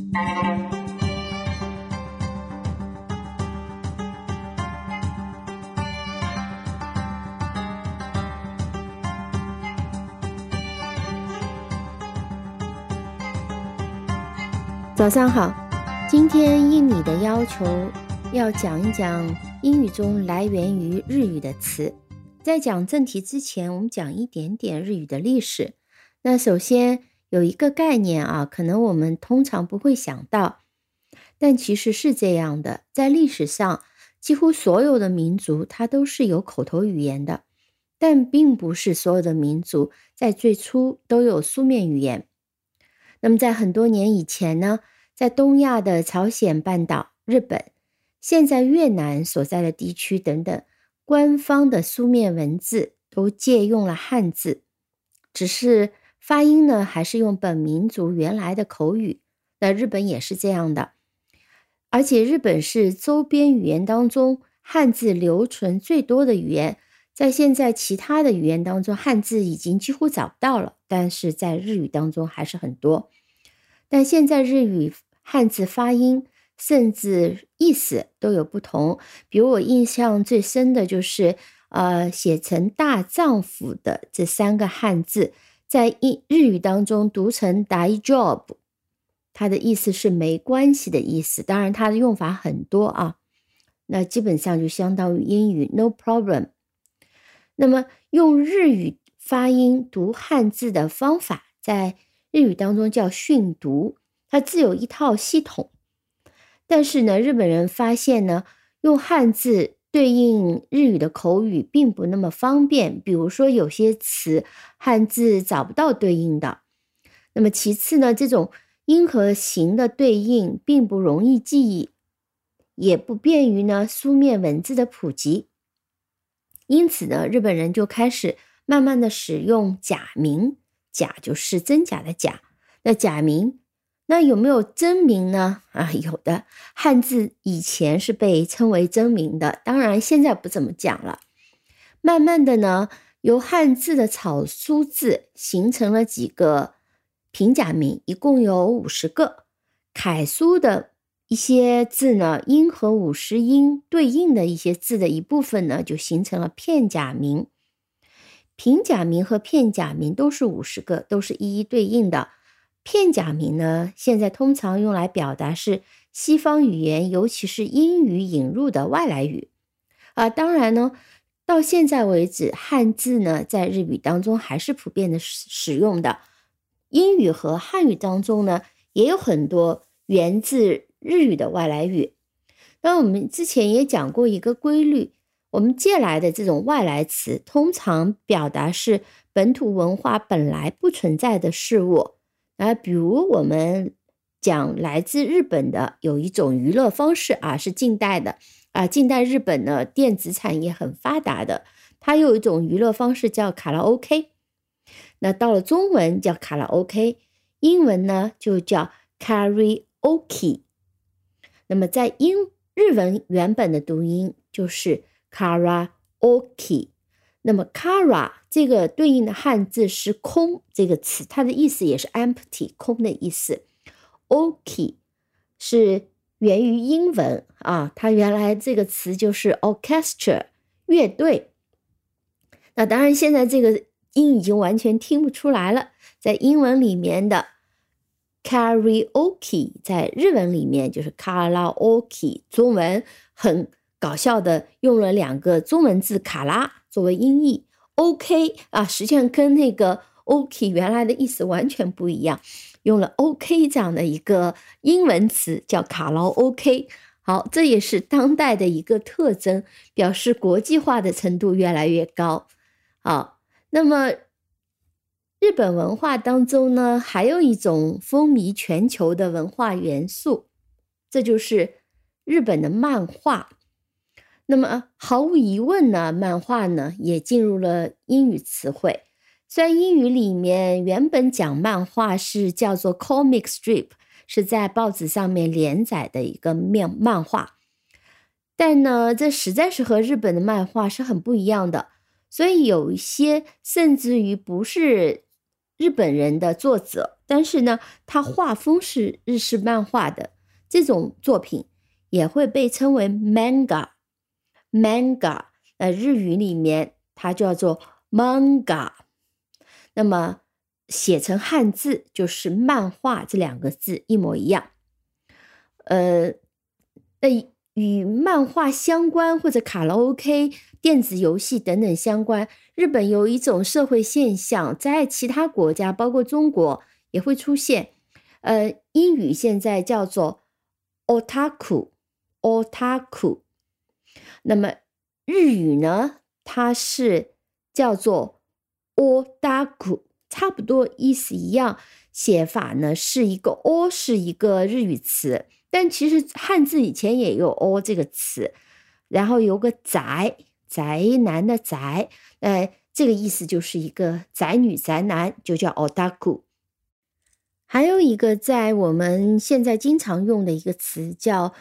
早上好，今天应你的要求要讲一讲英语中来源于日语的词。在讲正题之前，我们讲一点点日语的历史。那首先有一个概念啊，可能我们通常不会想到，但其实是这样的。在历史上，几乎所有的民族它都是有口头语言的，但并不是所有的民族在最初都有书面语言。那么在很多年以前呢，在东亚的朝鲜半岛、日本、现在越南所在的地区等等，官方的书面文字都借用了汉字，只是发音呢还是用本民族原来的口语。那日本也是这样的，而且日本是周边语言当中汉字留存最多的语言。在现在其他的语言当中，汉字已经几乎找不到了，但是在日语当中还是很多。但现在日语汉字发音甚至意思都有不同，比如我印象最深的就是写成大丈夫的这3个汉字，在日语当中读成大丈夫，它的意思是没关系的意思，当然它的用法很多啊，那基本上就相当于英语 no problem。 那么用日语发音读汉字的方法在日语当中叫训读，它自有一套系统。但是呢，日本人发现呢，用汉字对应日语的口语并不那么方便，比如说有些词汉字找不到对应的。那么其次呢，这种音和形的对应并不容易记忆，也不便于呢书面文字的普及。因此呢，日本人就开始慢慢的使用假名，假就是真假的假。那假名，那有没有真名呢？有的，汉字以前是被称为真名的，当然现在不怎么讲了。慢慢的呢，由汉字的草书字形成了几个平假名，一共有50个。楷书的一些字呢，音和50音对应的一些字的一部分呢，就形成了片假名。平假名和片假名都是50个，都是一一对应的。片假名呢，现在通常用来表达是西方语言，尤其是英语引入的外来语。当然呢，到现在为止，汉字呢在日语当中还是普遍的使用的。英语和汉语当中呢，也有很多源自日语的外来语。那我们之前也讲过一个规律，我们借来的这种外来词通常表达是本土文化本来不存在的事物。比如我们讲来自日本的有一种娱乐方式是近代的近代日本呢电子产业很发达的，它有一种娱乐方式叫卡拉 OK。 那到了中文叫卡拉 OK， 英文呢就叫 karaoke。 那么在日文原本的读音就是 karaoke。 那么 kara 这个对应的汉字是空这个词，它的意思也是 empty 空的意思。 oki 是源于英文它原来这个词就是 orchestra 乐队。那当然现在这个音已经完全听不出来了，在英文里面的 karaoke 在日文里面就是卡拉 OK， 中文很搞笑的用了2个中文字卡拉作为音译。 OK 实际上跟那个 OK 原来的意思完全不一样，用了 OK 这样的一个英文词叫卡拉 OK。 好，这也是当代的一个特征，表示国际化的程度越来越高。好，那么日本文化当中呢，还有一种风靡全球的文化元素，这就是日本的漫画。那么毫无疑问呢，漫画呢也进入了英语词汇。虽然英语里面原本讲漫画是叫做 comic strip， 是在报纸上面连载的一个漫画，但呢这实在是和日本的漫画是很不一样的，所以有一些甚至于不是日本人的作者， 但是呢，它画风是日式漫画的，这种作品也会被称为 manga。日语里面它叫做 manga。那么写成汉字就是漫画这2个字一模一样。与漫画相关或者卡拉 OK、电子游戏等等相关，日本有一种社会现象，在其他国家包括中国也会出现。英语现在叫做 otaku。那么日语呢，它是叫做 otaku， 差不多意思一样，写法呢是一个 o 是一个日语词，但其实汉字以前也有 o 这个词，然后有个宅男的宅，这个意思就是一个宅女宅男，就叫 otaku。还有一个在我们现在经常用的一个词叫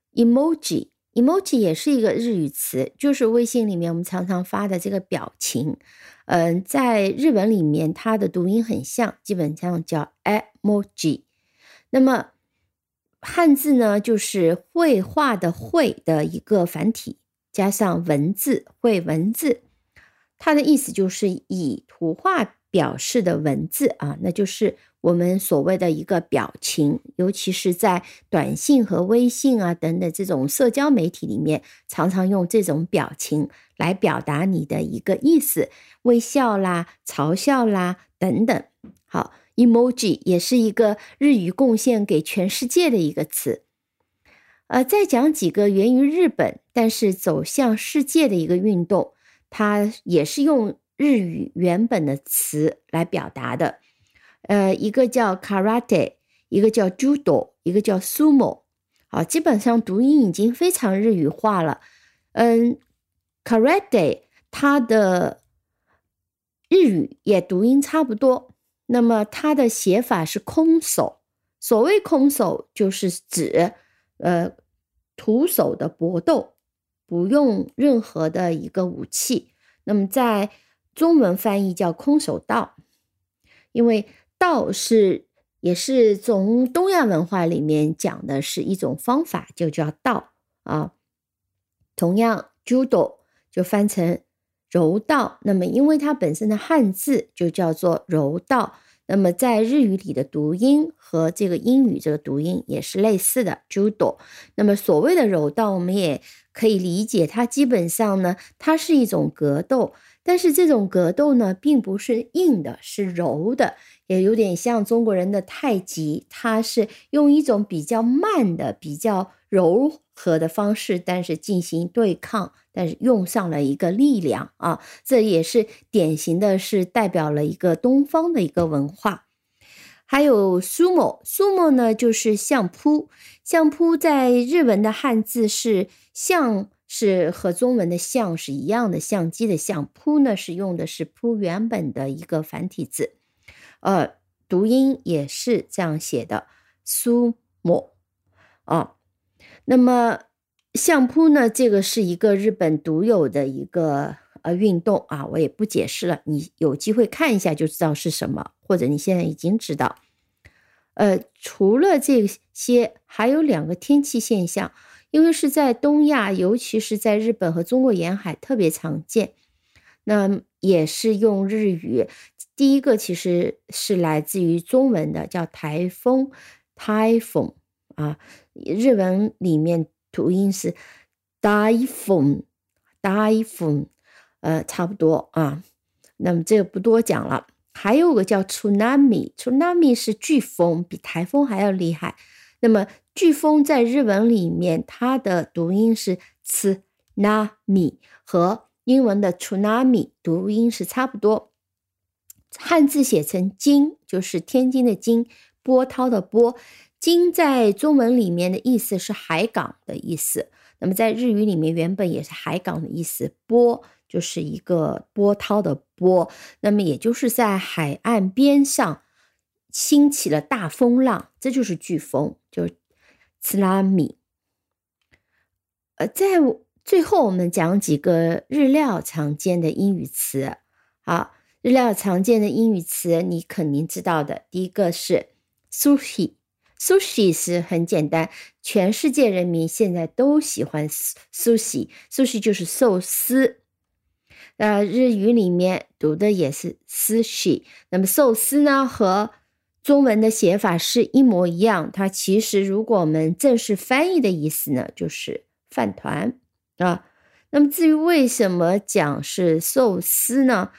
emoji。emoji 也是一个日语词，就是微信里面我们常常发的这个表情。在日文里面它的读音很像，基本上叫 emoji。那么汉字呢，就是绘画的绘的一个繁体，加上文字，绘文字，它的意思就是以图画表示的文字啊，那就是我们所谓的一个表情，尤其是在短信和微信啊等等这种社交媒体里面，常常用这种表情来表达你的一个意思，微笑啦、嘲笑啦等等。好，emoji 也是一个日语贡献给全世界的一个词。再讲几个源于日本但是走向世界的一个运动，它也是用日语原本的词来表达的。一个叫 karate， 一个叫 judo， 一个叫 sumo。好，基本上读音已经非常日语化了。karate 它的日语也读音差不多，那么它的写法是空手。所谓空手就是指徒手的搏斗，不用任何的一个武器。那么在中文翻译叫空手道，因为道也是从东亚文化里面讲的是一种方法，就叫道啊。同样 judo 就翻成柔道，那么因为它本身的汉字就叫做柔道，那么在日语里的读音和这个英语这个读音也是类似的 judo。 那么所谓的柔道我们也可以理解，它基本上呢它是一种格斗，但是这种格斗呢并不是硬的，是柔的，也有点像中国人的太极，它是用一种比较慢的比较柔和的方式，但是进行对抗，但是用上了一个力量啊，这也是典型的是代表了一个东方的一个文化。还有 sumo 呢就是相扑。相扑在日文的汉字是相，是和中文的相是一样的，相机的相，扑呢是用的是扑原本的一个繁体字，读音也是这样写的 sumo 啊。那么相扑呢，这个是一个日本独有的一个运动啊，我也不解释了，你有机会看一下就知道是什么，或者你现在已经知道。除了这些，还有2个天气现象，因为是在东亚，尤其是在日本和中国沿海特别常见，那也是用日语。第一个其实是来自于中文的，叫台风 typhoon 啊，日文里面读音是 typhoon， 差不多啊，那么这个不多讲了。还有个叫 tsunami 是飓风，比台风还要厉害。那么飓风在日文里面它的读音是 tsunami， 和英文的 tsunami 读音是差不多。汉字写成津，就是天津的津，波涛的波。津在中文里面的意思是海港的意思，那么在日语里面原本也是海港的意思，波就是一个波涛的波，那么也就是在海岸边上兴起了大风浪，这就是飓风，就是津波。在最后我们讲几个日料常见的英语词。好， 日料常见的英语词你肯定知道的，第一个是 sushi。sushi 是很简单，全世界人民现在都喜欢 sushi 就是寿司。日语里面读的也是 sushi， 那么寿司呢和中文的写法是一模一样，它其实如果我们正式翻译的意思呢，就是饭团啊。那么至于为什么讲是寿司呢？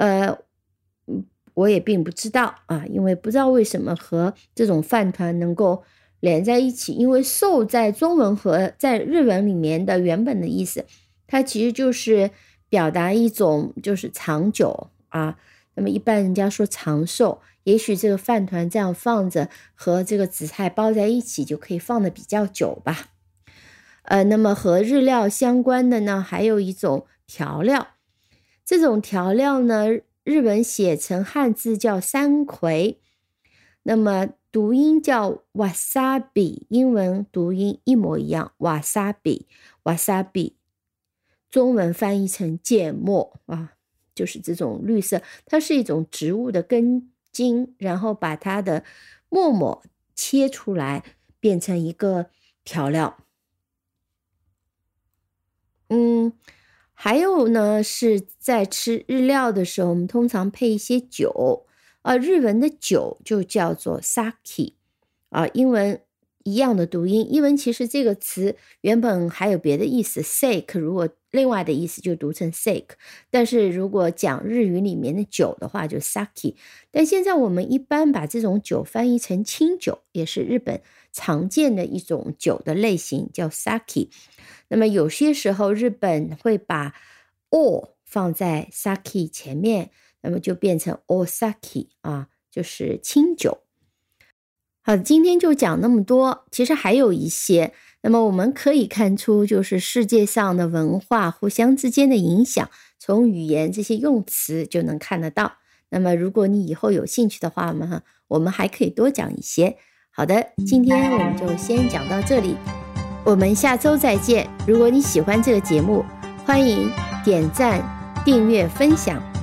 我也并不知道啊，因为不知道为什么和这种饭团能够连在一起，因为寿在中文和在日文里面的原本的意思，它其实就是表达一种就是长久啊。那么一般人家说长寿，也许这个饭团这样放着和这个紫菜包在一起就可以放得比较久吧。那么和日料相关的呢，还有一种调料，这种调料呢日文写成汉字叫山葵，那么读音叫 wasabi， 英文读音一模一样 wasabi， 中文翻译成芥末啊，就是这种绿色，它是一种植物的根茎，然后把它的沫沫切出来变成一个调料。还有呢，是在吃日料的时候，我们通常配一些酒，日文的酒就叫做 sake，英文一样的读音。英文其实这个词原本还有别的意思 sake， 如果另外的意思就读成 sake， 但是如果讲日语里面的酒的话就 sake， 但现在我们一般把这种酒翻译成清酒，也是日本常见的一种酒的类型，叫 sake。那么有些时候日本会把 o 放在 sake 前面，那么就变成 osake 就是清酒。好，今天就讲那么多，其实还有一些。那么我们可以看出，就是世界上的文化互相之间的影响，从语言这些用词就能看得到。那么如果你以后有兴趣的话嘛，我们还可以多讲一些。好的，今天我们就先讲到这里，我们下周再见。如果你喜欢这个节目，欢迎点赞、订阅、分享。